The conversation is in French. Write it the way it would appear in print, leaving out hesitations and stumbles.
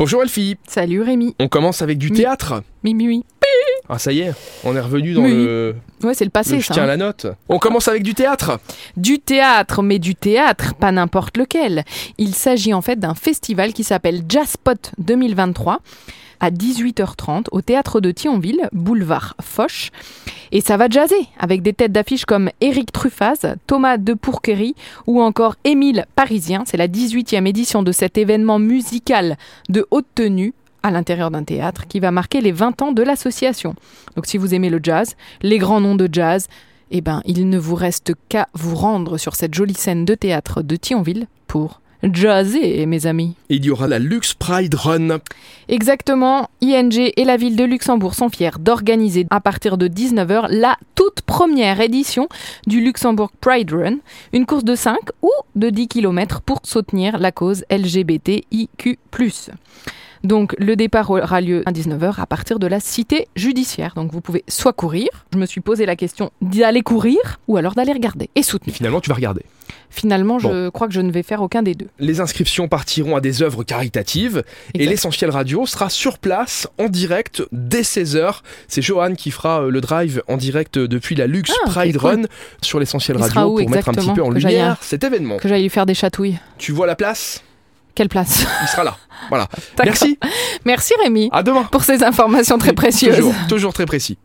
Bonjour Elfie. Salut Rémi. On commence avec du théâtre. Oui. Ah ça y est, on est revenu dans Ouais, c'est le passé, je tiens la note. On commence avec du théâtre. Du théâtre, mais du théâtre, pas n'importe lequel. Il s'agit en fait d'un festival qui s'appelle Jazzpot 2023 à 18h30 au théâtre de Thionville, boulevard Foch. Et ça va jazzer avec des têtes d'affiche comme Éric Truffaz, Thomas de Pourquerie ou encore Émile Parisien. C'est la 18e édition de cet événement musical de haute tenue à l'intérieur d'un théâtre qui va marquer les 20 ans de l'association. Donc si vous aimez le jazz, les grands noms de jazz, il ne vous reste qu'à vous rendre sur cette jolie scène de théâtre de Thionville pour jazzer, mes amis. Et il y aura la Lux Pride Run. Exactement, ING et la ville de Luxembourg sont fiers d'organiser à partir de 19h la toute première édition du Luxembourg Pride Run, une course de 5 ou de 10 km pour soutenir la cause LGBTIQ+. Donc le départ aura lieu à 19h à partir de la cité judiciaire. Donc vous pouvez soit courir, je me suis posé la question d'aller courir, ou alors d'aller regarder et Et soutenir. finalement tu vas regarder. Finalement, je crois que je ne vais faire aucun des deux. Les inscriptions partiront à des œuvres caritatives. Et l'Essentiel Radio sera sur place en direct dès 16h. C'est Johan qui fera le drive en direct depuis la Lux Pride Run sur l'Essentiel Radio pour mettre un petit peu en lumière cet événement. Que j'aille lui faire des chatouilles. Tu vois la place ? Quelle place ? Il sera là. Voilà. D'accord. Merci. Merci Rémi. À demain. Pour ces informations très précieuses. Toujours très précis.